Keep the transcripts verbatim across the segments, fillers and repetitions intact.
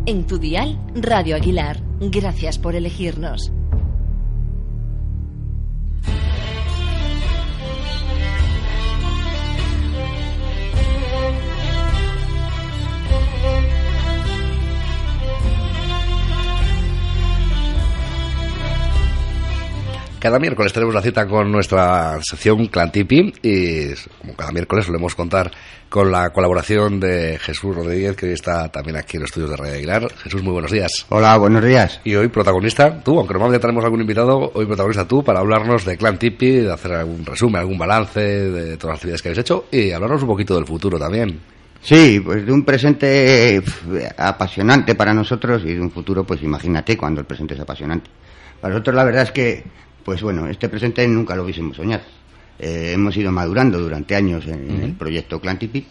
En tu dial, Radio Aguilar. Gracias por elegirnos. Cada miércoles tenemos la cita con nuestra sección Clan Tipi y como cada miércoles solemos contar con la colaboración de Jesús Rodríguez, que hoy está también aquí en los estudios de Radio Aguilar. Jesús, muy buenos días. Hola, buenos días. Y hoy protagonista tú, aunque normalmente tenemos algún invitado, hoy protagonista tú para hablarnos de Clan Tipi, de hacer algún resumen, algún balance de todas las actividades que habéis hecho y hablarnos un poquito del futuro también. Sí, pues de un presente apasionante para nosotros y de un futuro, pues imagínate cuando el presente es apasionante. Para nosotros la verdad es que pues bueno, este presente nunca lo hubiésemos soñado. Eh, hemos ido madurando durante años en, en el proyecto Clan Tipi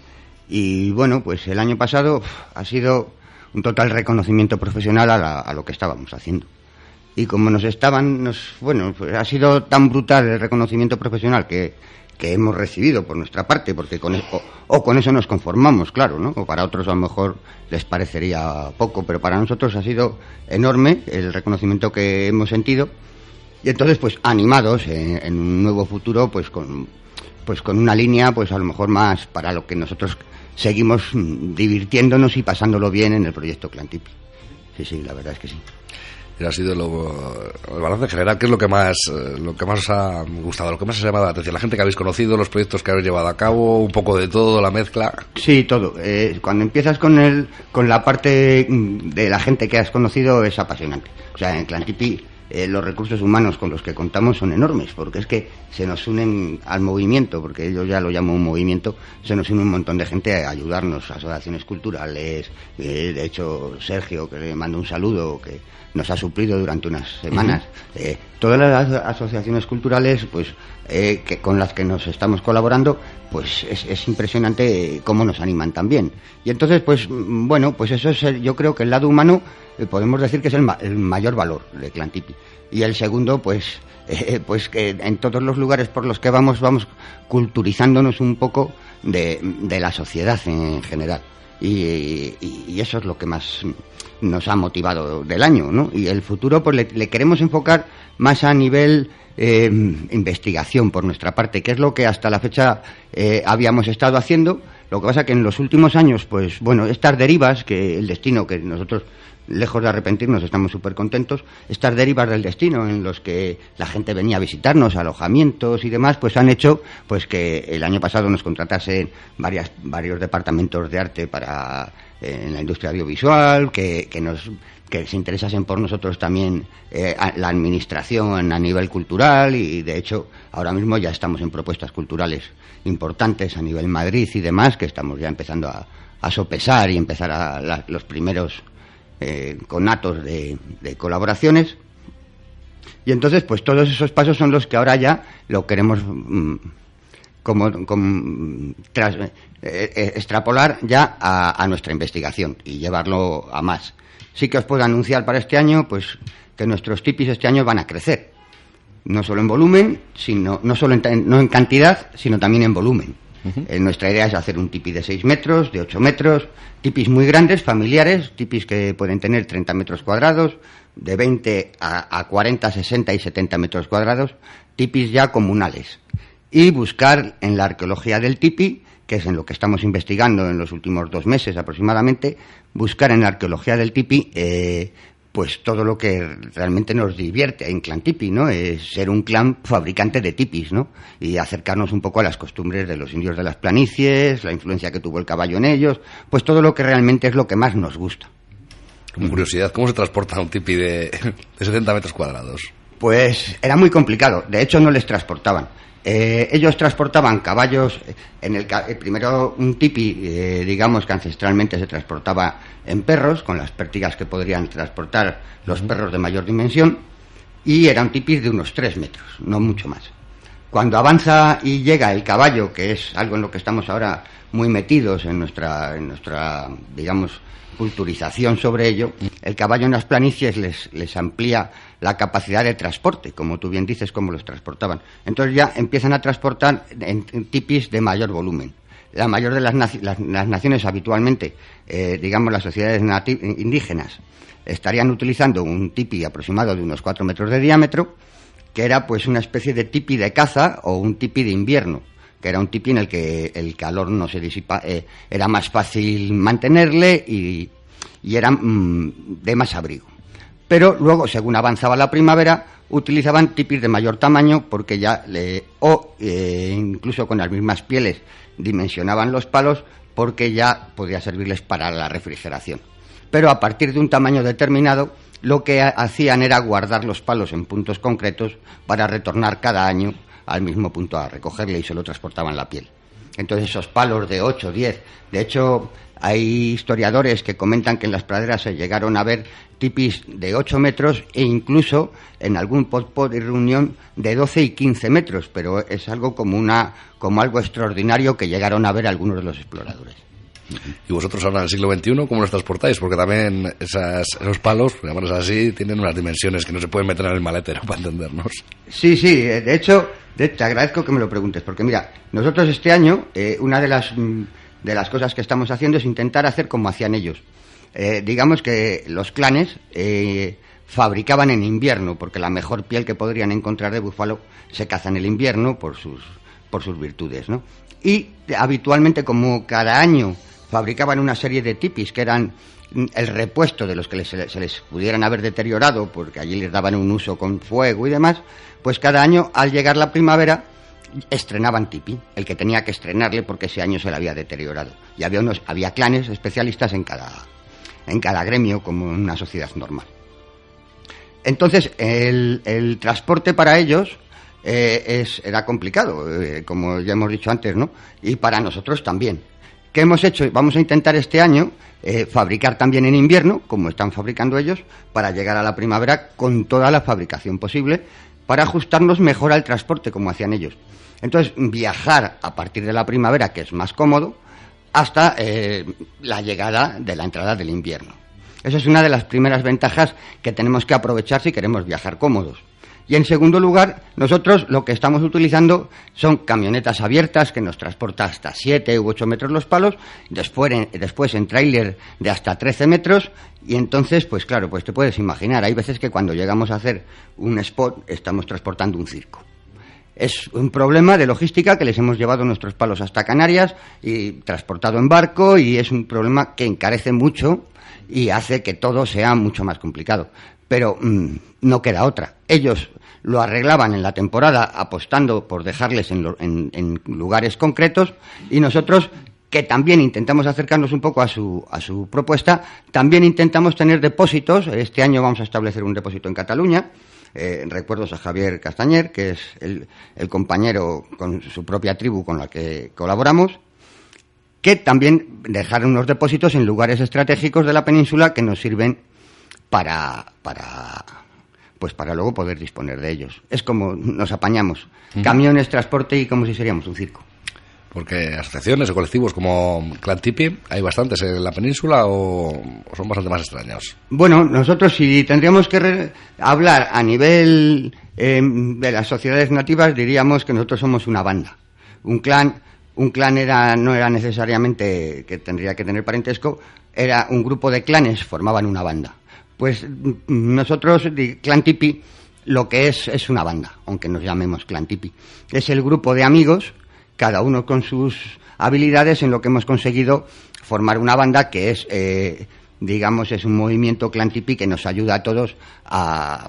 y bueno, pues el año pasado uf, ha sido un total reconocimiento profesional a, la, a lo que estábamos haciendo. Y como nos estaban, nos, bueno, pues ha sido tan brutal el reconocimiento profesional que, que hemos recibido por nuestra parte, porque con eso, o, o con eso nos conformamos, claro, ¿no? O para otros a lo mejor les parecería poco, pero para nosotros ha sido enorme el reconocimiento que hemos sentido. Y entonces, pues, animados en, en un nuevo futuro, pues con, pues con una línea, pues a lo mejor más para lo que nosotros seguimos divirtiéndonos y pasándolo bien en el proyecto Clan Tipi. Sí, sí, la verdad es que sí. Y ha sido lo, el balance general, ¿qué es lo que más lo que más os ha gustado, lo que más os ha llamado la atención? La gente que habéis conocido, los proyectos que habéis llevado a cabo, un poco de todo, la mezcla. Sí, todo. Eh, cuando empiezas con el con la parte de la gente que has conocido es apasionante. O sea, en Clan Tipi Eh, los recursos humanos con los que contamos son enormes, porque es que se nos unen al movimiento, porque yo ya lo llamo un movimiento, se nos une un montón de gente a ayudarnos, asociaciones culturales, eh, de hecho Sergio, que le mando un saludo, que nos ha suplido durante unas semanas, uh-huh. eh, todas las asociaciones culturales pues eh, que con las que nos estamos colaborando, pues es, es impresionante cómo nos animan también. Y entonces, pues bueno, pues eso es el, yo creo que el lado humano eh, podemos decir que es el, ma- el mayor valor de Clan Tipi. Y el segundo, pues eh, pues que en todos los lugares por los que vamos, vamos culturizándonos un poco de, de la sociedad en general. Y, y, y eso es lo que más nos ha motivado del año, ¿no? Y el futuro, pues le, le queremos enfocar más a nivel eh, investigación por nuestra parte, que es lo que hasta la fecha eh, habíamos estado haciendo. Lo que pasa que en los últimos años, pues bueno, estas derivas, que el destino que nosotros, lejos de arrepentirnos, estamos súper contentos, estas derivas del destino en los que la gente venía a visitarnos, alojamientos y demás, pues han hecho pues que el año pasado nos contratasen varias, varios departamentos de arte para eh, en la industria audiovisual, que, que nos que se interesasen por nosotros también eh, a, la administración a nivel cultural y de hecho ahora mismo ya estamos en propuestas culturales importantes a nivel Madrid y demás, que estamos ya empezando a, a sopesar y empezar a la, los primeros Eh, conatos de, de colaboraciones. Y entonces pues todos esos pasos son los que ahora ya lo queremos mm, como, como tras, eh, eh, extrapolar ya a, a nuestra investigación y llevarlo a más. Sí que os puedo anunciar para este año pues que nuestros tipis este año van a crecer, no solo en volumen, sino no solo en, no en cantidad, sino también en volumen. Uh-huh. Eh, nuestra idea es hacer un tipi de seis metros, de ocho metros, tipis muy grandes, familiares, tipis que pueden tener treinta metros cuadrados, de veinte a, a cuarenta, sesenta y setenta metros cuadrados, tipis ya comunales. Y buscar en la arqueología del tipi, que es en lo que estamos investigando en los últimos dos meses aproximadamente, buscar en la arqueología del tipi eh, pues todo lo que realmente nos divierte en Clan Tipi, ¿no? Es ser un clan fabricante de tipis, ¿no? Y acercarnos un poco a las costumbres de los indios de las planicies, la influencia que tuvo el caballo en ellos, pues todo lo que realmente es lo que más nos gusta. Como curiosidad, ¿cómo se transporta un tipi de, de setenta metros cuadrados? Pues era muy complicado, de hecho no les transportaban. Eh, ellos transportaban caballos, en el, eh, primero un tipi, eh, digamos que ancestralmente se transportaba en perros, con las pértigas que podrían transportar los uh-huh. perros de mayor dimensión, y era un tipi de unos tres metros, no mucho más. Cuando avanza y llega el caballo, que es algo en lo que estamos ahora muy metidos en nuestra, en nuestra digamos, culturización sobre ello, el caballo en las planicies les, les amplía la capacidad de transporte, como tú bien dices, cómo los transportaban. Entonces ya empiezan a transportar en, en tipis de mayor volumen. la mayor de las, naci las, las naciones habitualmente, eh, digamos las sociedades indígenas, estarían utilizando un tipi aproximado de unos cuatro metros de diámetro, que era pues una especie de tipi de caza o un tipi de invierno, que era un tipi en el que el calor no se disipa, eh, era más fácil mantenerle y, y era mm, de más abrigo. Pero luego, según avanzaba la primavera, utilizaban tipis de mayor tamaño porque ya le, o eh, incluso con las mismas pieles dimensionaban los palos porque ya podía servirles para la refrigeración. Pero a partir de un tamaño determinado, lo que hacían era guardar los palos en puntos concretos para retornar cada año al mismo punto a recogerle y solo transportaban la piel. Entonces esos palos de ocho, diez, de hecho hay historiadores que comentan que en las praderas se llegaron a ver tipis de ocho metros e incluso en algún pot-pot y reunión de doce y quince metros, pero es algo como, una, como algo extraordinario que llegaron a ver algunos de los exploradores. Y vosotros ahora en el siglo veintiuno, ¿cómo los transportáis? Porque también esas, esos palos, digamos así, tienen unas dimensiones que no se pueden meter en el maletero para entendernos. Sí, sí, de hecho, de, te agradezco que me lo preguntes, porque mira, nosotros este año, eh, una de las, de las cosas que estamos haciendo es intentar hacer como hacían ellos. Eh, digamos que los clanes eh, fabricaban en invierno, porque la mejor piel que podrían encontrar de búfalo se caza en el invierno por sus, por sus virtudes, ¿no? Y habitualmente, como cada año fabricaban una serie de tipis que eran el repuesto de los que les, se les pudieran haber deteriorado porque allí les daban un uso con fuego y demás, pues cada año al llegar la primavera estrenaban tipi, el que tenía que estrenarle porque ese año se le había deteriorado. Y había unos, había clanes especialistas en cada, en cada gremio como en una sociedad normal. Entonces el, el transporte para ellos eh, es, era complicado, eh, como ya hemos dicho antes, ¿no? Y para nosotros también. ¿Qué hemos hecho? Vamos a intentar este año eh, fabricar también en invierno, como están fabricando ellos, para llegar a la primavera con toda la fabricación posible, para ajustarnos mejor al transporte, como hacían ellos. Entonces, viajar a partir de la primavera, que es más cómodo, hasta eh, la llegada de la entrada del invierno. Esa es una de las primeras ventajas que tenemos que aprovechar si queremos viajar cómodos. Y en segundo lugar, nosotros lo que estamos utilizando son camionetas abiertas que nos transporta hasta siete u ocho metros los palos, después en, después en tráiler de hasta trece metros, y entonces, pues claro, pues te puedes imaginar, hay veces que cuando llegamos a hacer un spot estamos transportando un circo. Es un problema de logística que les hemos llevado nuestros palos hasta Canarias y transportado en barco, y es un problema que encarece mucho y hace que todo sea mucho más complicado. Pero mmm, no queda otra. Ellos lo arreglaban en la temporada apostando por dejarles en, lo, en, en lugares concretos, y nosotros, que también intentamos acercarnos un poco a su, a su propuesta, también intentamos tener depósitos. Este año vamos a establecer un depósito en Cataluña. Eh, recuerdos a Javier Castañer, que es el, el compañero con su propia tribu con la que colaboramos, que también dejar unos depósitos en lugares estratégicos de la península que nos sirven para, para, pues para luego poder disponer de ellos. Es como nos apañamos. Uh-huh. Camiones, transporte y como si seríamos un circo. Porque asociaciones o colectivos como Clan Tipi, ¿hay bastantes en la península o, o son bastante más extraños? Bueno, nosotros si tendríamos que re- hablar a nivel eh, de las sociedades nativas, diríamos que nosotros somos una banda. Un clan, un clan era, no era necesariamente que tendría que tener parentesco, era un grupo de clanes, formaban una banda. Pues nosotros, Clan Tipi, lo que es es una banda, aunque nos llamemos Clan Tipi. Es el grupo de amigos, cada uno con sus habilidades, en lo que hemos conseguido formar una banda que es, eh, digamos, es un movimiento Clan Tipi que nos ayuda a todos a,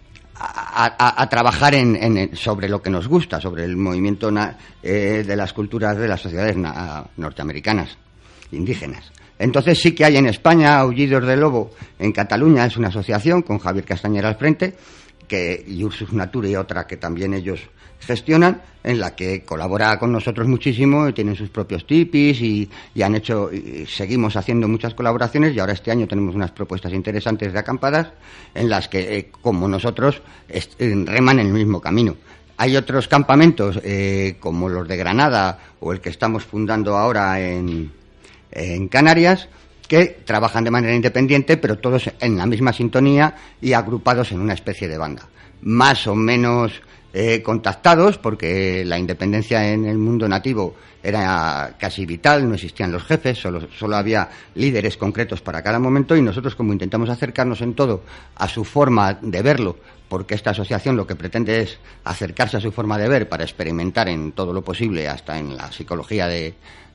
a, a, a trabajar en, en, sobre lo que nos gusta, sobre el movimiento na, eh, de las culturas de las sociedades na, norteamericanas, indígenas. Entonces sí que hay en España Aullidos de Lobo en Cataluña, es una asociación con Javier Castañer al frente, que y Ursus Nature y otra que también ellos gestionan, en la que colabora con nosotros muchísimo, tienen sus propios tipis y, y han hecho, y seguimos haciendo muchas colaboraciones, y ahora este año tenemos unas propuestas interesantes de acampadas en las que, eh, como nosotros, est- reman en el mismo camino. Hay otros campamentos eh, como los de Granada o el que estamos fundando ahora en, en Canarias, que trabajan de manera independiente, pero todos en la misma sintonía y agrupados en una especie de banda. Más o menos eh, contactados, porque la independencia en el mundo nativo era casi vital, no existían los jefes, solo, solo había líderes concretos para cada momento, y nosotros, como intentamos acercarnos en todo a su forma de verlo, porque esta asociación lo que pretende es acercarse a su forma de ver para experimentar en todo lo posible, hasta en la psicología de,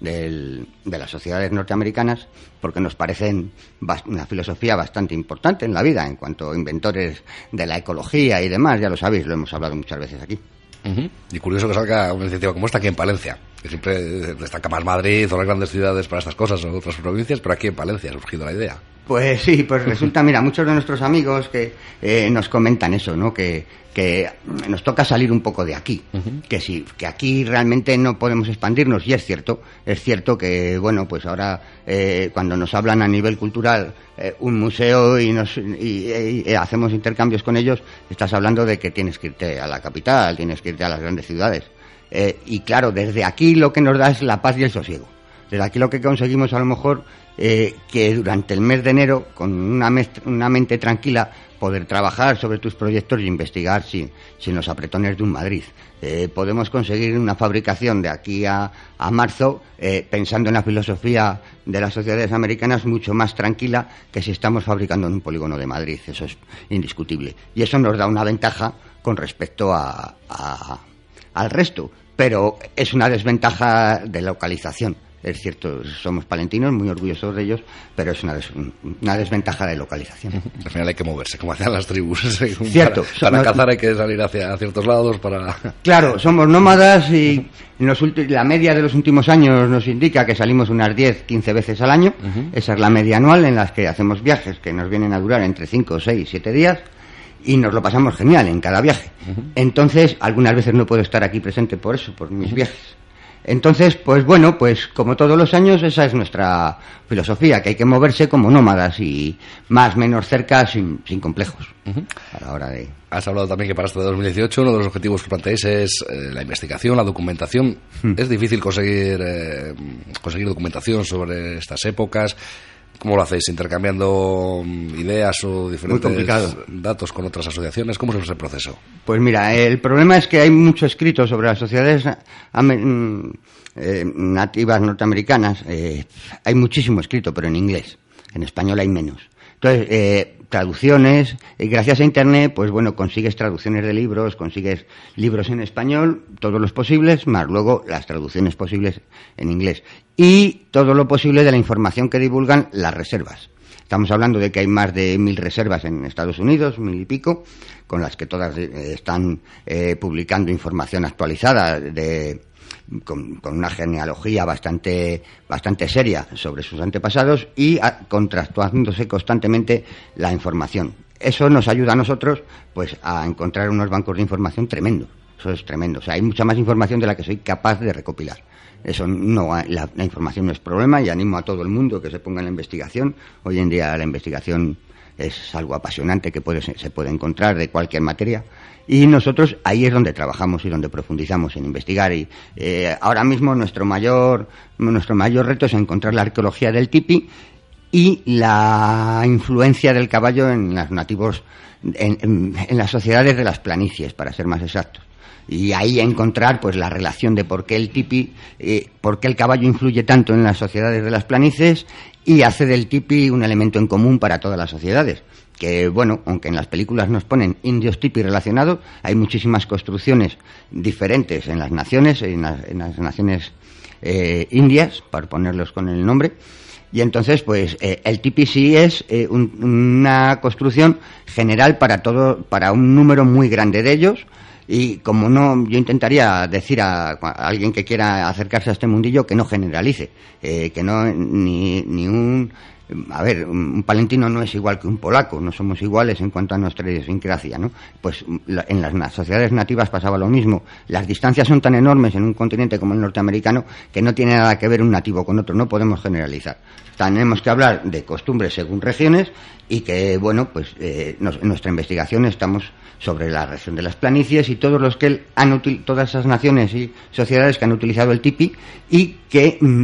de, de las sociedades norteamericanas, porque nos parecen una filosofía bastante importante en la vida, en cuanto a inventores de la ecología y demás, ya lo sabéis, lo hemos hablado muchas veces aquí. Uh-huh. Y curioso que salga una iniciativa como esta aquí en Palencia, que siempre destaca más Madrid o las grandes ciudades para estas cosas o otras provincias, pero aquí en Palencia ha surgido la idea. Pues sí, pues resulta, mira, muchos de nuestros amigos que eh, nos comentan eso, ¿no? Que, que nos toca salir un poco de aquí, uh-huh. que sí, que aquí realmente no podemos expandirnos, y es cierto, es cierto que, bueno, pues ahora eh, cuando nos hablan a nivel cultural eh, un museo y, nos, y, y hacemos intercambios con ellos, estás hablando de que tienes que irte a la capital, tienes que irte a las grandes ciudades, eh, y claro, desde aquí lo que nos da es la paz y el sosiego. Desde aquí lo que conseguimos a lo mejor eh, que durante el mes de enero, con una, mes, una mente tranquila, poder trabajar sobre tus proyectos y investigar sin, sin los apretones de un Madrid. Eh, podemos conseguir una fabricación de aquí a, a marzo eh, pensando en la filosofía de las sociedades americanas mucho más tranquila que si estamos fabricando en un polígono de Madrid. Eso es indiscutible. Y eso nos da una ventaja con respecto a, a, al resto. Pero es una desventaja de localización. Es cierto, somos palentinos, muy orgullosos de ellos, pero es una, des, una desventaja de localización. Al final hay que moverse, como hacían las tribus. Cierto. Para, para cazar hay que salir hacia ciertos lados para... Claro, somos nómadas y en los ulti- la media de los últimos años nos indica que salimos unas diez, quince veces al año. Uh-huh. Esa es la media anual en las que hacemos viajes que nos vienen a durar entre cinco, seis, siete días. Y nos lo pasamos genial en cada viaje. Uh-huh. Entonces, algunas veces no puedo estar aquí presente por eso, por mis uh-huh. viajes. Entonces, pues bueno, pues como todos los años, esa es nuestra filosofía, que hay que moverse como nómadas y más, menos cerca, sin, sin complejos. Uh-huh. A la hora de... Has hablado también que para este dos mil dieciocho uno de los objetivos que planteáis es eh, la investigación, la documentación. Uh-huh. Es difícil conseguir eh, conseguir documentación sobre estas épocas. ¿Cómo lo hacéis? ¿Intercambiando ideas o diferentes datos con otras asociaciones? ¿Cómo es ese proceso? Pues mira, el problema es que hay mucho escrito sobre las sociedades eh, nativas norteamericanas. Eh, hay muchísimo escrito, pero en inglés. En español hay menos. Entonces, eh, traducciones, y gracias a Internet, pues bueno, consigues traducciones de libros, consigues libros en español, todos los posibles, más luego las traducciones posibles en inglés. Y todo lo posible de la información que divulgan las reservas. Estamos hablando de que hay más de mil reservas en Estados Unidos, mil y pico, con las que todas eh, están eh, publicando información actualizada de... Con, con una genealogía bastante bastante seria sobre sus antepasados y a, contrastándose constantemente la información. Eso nos ayuda a nosotros pues a encontrar unos bancos de información tremendo. Eso es tremendo. O sea, hay mucha más información de la que soy capaz de recopilar. Eso no, la, la información no es problema y animo a todo el mundo que se ponga en la investigación. Hoy en día la investigación es algo apasionante que puede, se puede encontrar de cualquier materia. Y nosotros ahí es donde trabajamos y donde profundizamos en investigar. Y eh, ahora mismo nuestro mayor nuestro mayor reto es encontrar la arqueología del tipi y la influencia del caballo en los nativos, en, en, en las sociedades de las planicies, para ser más exactos. Y ahí encontrar pues la relación de por qué el tipi, eh, por qué el caballo influye tanto en las sociedades de las planicies y hace del tipi un elemento en común para todas las sociedades. Que bueno, aunque en las películas nos ponen indios tipi relacionados, hay muchísimas construcciones diferentes en las naciones, en las, en las naciones eh, indias, para ponerlos con el nombre. Y entonces, pues, eh, el tipi sí es eh, un, una construcción general para todo, para un número muy grande de ellos. Y como no, yo intentaría decir a, a alguien que quiera acercarse a este mundillo que no generalice, eh, que no ni, ni un... A ver, un palentino no es igual que un polaco, no somos iguales en cuanto a nuestra idiosincrasia, ¿no? Pues en las sociedades nativas pasaba lo mismo. Las distancias son tan enormes en un continente como el norteamericano que no tiene nada que ver un nativo con otro, no podemos generalizar. Tenemos que hablar de costumbres según regiones y que, bueno, pues eh, nos, en nuestra investigación estamos sobre la región de las planicies y todos los que han util- todas esas naciones y sociedades que han utilizado el tipi y que... Mmm,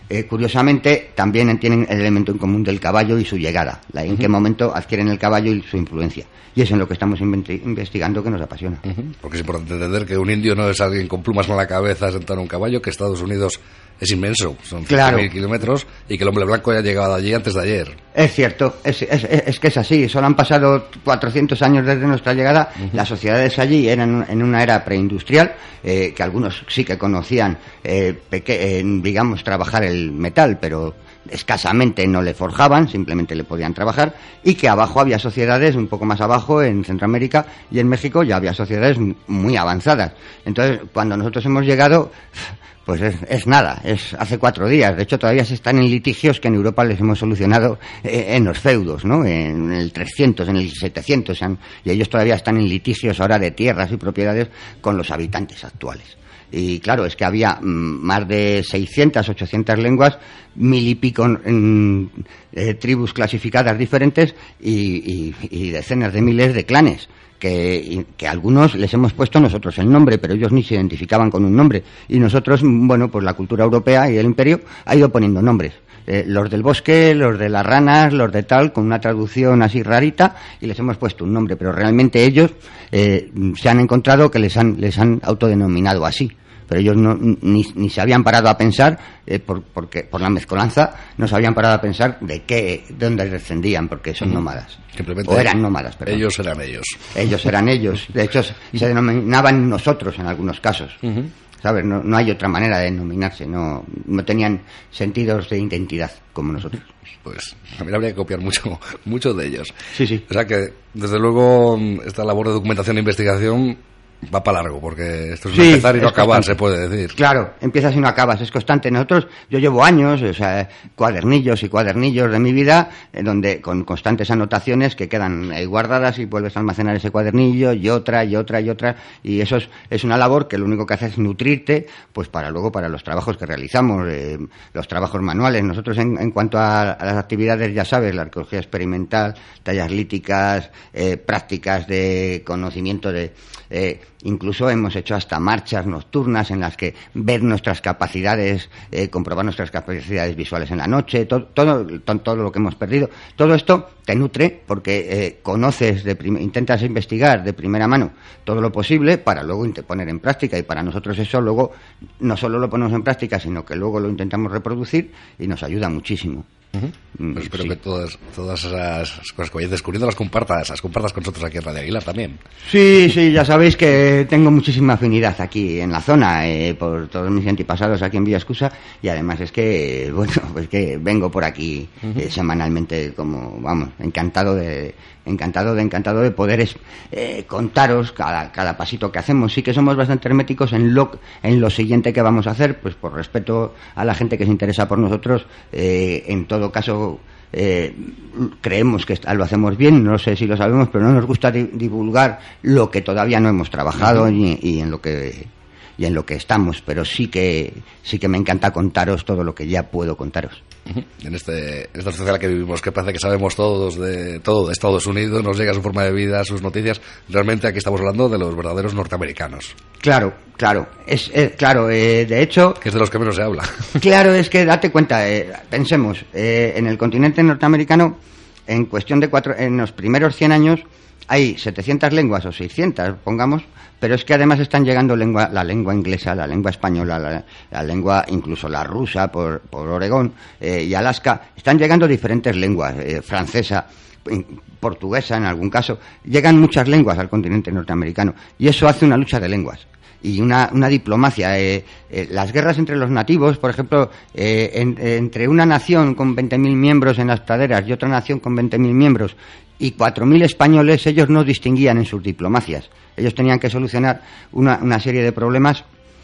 Eh, curiosamente, también tienen el elemento en común del caballo y su llegada, la, en uh-huh. qué momento adquieren el caballo y su influencia. Y es en lo que estamos inventi- investigando que nos apasiona. Uh-huh. Porque es importante entender que un indio no es alguien con plumas en la cabeza sentado en un caballo, que Estados Unidos es inmenso, son claro. cinco mil kilómetros, y que el hombre blanco ya ha llegado allí antes de ayer. Es cierto, es, es, es que es así, solo han pasado cuatrocientos años desde nuestra llegada, uh-huh. las sociedades allí eran en una era preindustrial, eh, que algunos sí que conocían, eh, peque- eh, digamos, trabajar el metal, pero escasamente no le forjaban, simplemente le podían trabajar, y que abajo había sociedades, un poco más abajo, en Centroamérica y en México ya había sociedades muy avanzadas. Entonces, cuando nosotros hemos llegado, pues es, es nada, es hace cuatro días. De hecho, todavía se están en litigios que en Europa les hemos solucionado eh, en los feudos, ¿no? En el trescientos, en el setecientos, han, y ellos todavía están en litigios ahora de tierras y propiedades con los habitantes actuales. Y claro, es que había mm, más de seiscientas, ochocientas lenguas, mil y pico en, eh, tribus clasificadas diferentes y, y, y decenas de miles de clanes. Que, que a algunos les hemos puesto nosotros el nombre, pero ellos ni se identificaban con un nombre. Y nosotros, bueno, pues la cultura europea y el imperio ha ido poniendo nombres. Eh, los del bosque, los de las ranas, los de tal, con una traducción así rarita, y les hemos puesto un nombre. Pero realmente ellos eh, se han encontrado que les han, les han autodenominado así. Pero ellos no, ni, ni se habían parado a pensar, eh, por, porque, por la mezcolanza, no se habían parado a pensar de qué, de dónde descendían, porque son uh-huh. nómadas. Simplemente o eran nómadas, perdón. Ellos eran ellos. Ellos eran ellos. De hecho, se denominaban nosotros en algunos casos. Uh-huh. ¿Sabes? No, no hay otra manera de denominarse. No, no tenían sentidos de identidad como nosotros. Pues a mí habría que copiar mucho, mucho de ellos. Sí, sí. O sea que, desde luego, esta labor de documentación e investigación va para largo, porque esto es sí, empezar y no acabar, constante. Se puede decir. Claro, empiezas y no acabas, es constante. Nosotros, yo llevo años, o sea, cuadernillos y cuadernillos de mi vida, eh, donde con constantes anotaciones que quedan eh, guardadas y vuelves a almacenar ese cuadernillo y otra y otra y otra, y eso es, es una labor que lo único que hace es nutrirte, pues para luego, para los trabajos que realizamos, eh, los trabajos manuales. Nosotros en, en cuanto a, a las actividades, ya sabes, la arqueología experimental, tallas líticas, eh, prácticas de conocimiento de... Eh, incluso hemos hecho hasta marchas nocturnas en las que ver nuestras capacidades, eh, comprobar nuestras capacidades visuales en la noche, todo, todo, todo, todo lo que hemos perdido. Todo esto te nutre porque eh, conoces, de prim- intentas investigar de primera mano todo lo posible para luego poner en práctica, y para nosotros eso luego no solo lo ponemos en práctica, sino que luego lo intentamos reproducir y nos ayuda muchísimo. Uh-huh. Pues espero sí. que todas, todas esas cosas que vayas descubriendo las compartas, las compartas con nosotros aquí en Radio Aguilar también. Sí, sí, ya sabéis que tengo muchísima afinidad aquí en la zona, eh, por todos mis antepasados aquí en Villascusa, y además es que, bueno, pues que vengo por aquí uh-huh. eh, semanalmente, como, vamos, encantado de, encantado de, encantado de poder eh, contaros cada, cada pasito que hacemos. Sí que somos bastante herméticos en lo, en lo siguiente que vamos a hacer, pues por respeto a la gente que se interesa por nosotros, eh, en todo caso, eh, creemos que lo hacemos bien, no sé si lo sabemos, pero no nos gusta di- divulgar lo que todavía no hemos trabajado uh-huh. y, y en lo que y en lo que estamos, pero sí que sí que me encanta contaros todo lo que ya puedo contaros. Uh-huh. En este en esta sociedad en la que vivimos, que parece que sabemos todos de todo de Estados Unidos, nos llega su forma de vida, sus noticias. Realmente aquí estamos hablando de los verdaderos norteamericanos. Claro, claro, es, es claro. Eh, de hecho, que es de los que menos se habla. Claro, es que date cuenta. Eh, pensemos eh, en el continente norteamericano, en cuestión de cuatro, en los primeros cien años hay setecientas lenguas o seiscientas, pongamos, pero es que además están llegando lengua, la lengua inglesa, la lengua española, la, la lengua incluso la rusa por, por Oregón eh, y Alaska. Están llegando diferentes lenguas, eh, francesa, portuguesa en algún caso. Llegan muchas lenguas al continente norteamericano y eso hace una lucha de lenguas y una, una diplomacia. Eh, eh, las guerras entre los nativos, por ejemplo, eh, en, entre una nación con veinte mil miembros en las praderas y otra nación con veinte mil miembros y cuatro mil españoles, ellos no distinguían en sus diplomacias. Ellos tenían que solucionar una, una serie de problemas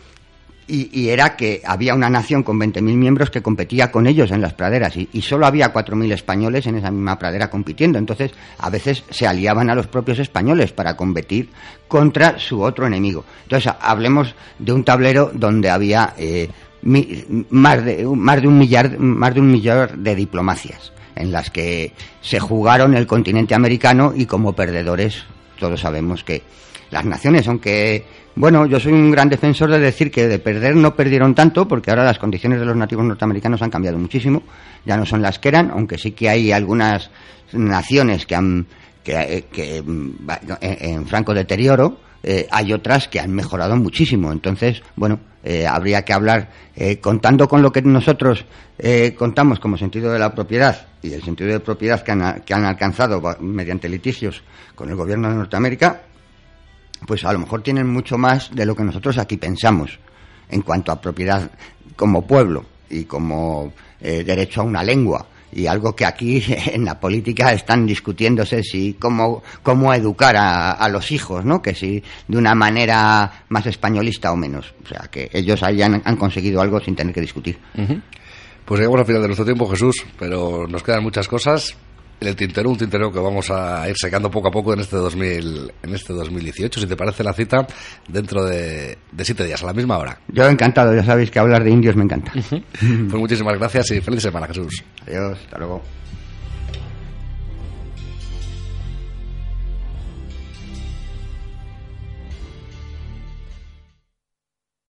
y, y era que había una nación con veinte mil miembros que competía con ellos en las praderas y, y solo había cuatro mil españoles en esa misma pradera compitiendo. Entonces, a veces se aliaban a los propios españoles para competir contra su otro enemigo. Entonces, hablemos de un tablero donde había eh, mi, más de más de un millar más de un millar de diplomacias en las que se jugaron el continente americano y como perdedores todos sabemos que las naciones, aunque, bueno, yo soy un gran defensor de decir que de perder no perdieron tanto, porque ahora las condiciones de los nativos norteamericanos han cambiado muchísimo, ya no son las que eran, aunque sí que hay algunas naciones que han, que, que en franco deterioro, eh, hay otras que han mejorado muchísimo. Entonces, bueno, eh, habría que hablar, eh, contando con lo que nosotros eh, contamos como sentido de la propiedad y el sentido de propiedad que han, que han alcanzado mediante litigios con el gobierno de Norteamérica, pues a lo mejor tienen mucho más de lo que nosotros aquí pensamos en cuanto a propiedad como pueblo y como eh, derecho a una lengua, y algo que aquí en la política están discutiéndose si cómo, cómo educar a, a los hijos, ¿no? Que si de una manera más españolista o menos. O sea, que ellos hayan, han conseguido algo sin tener que discutir. Uh-huh. Pues llegamos al final de nuestro tiempo, Jesús, pero nos quedan muchas cosas en el tintero, un tintero que vamos a ir secando poco a poco en este dos mil, en este dos mil dieciocho. Si te parece, la cita dentro de, de siete días, a la misma hora. Yo encantado, ya sabéis que hablar de indios me encanta. Uh-huh. Pues muchísimas gracias y feliz semana, Jesús. Adiós, hasta luego.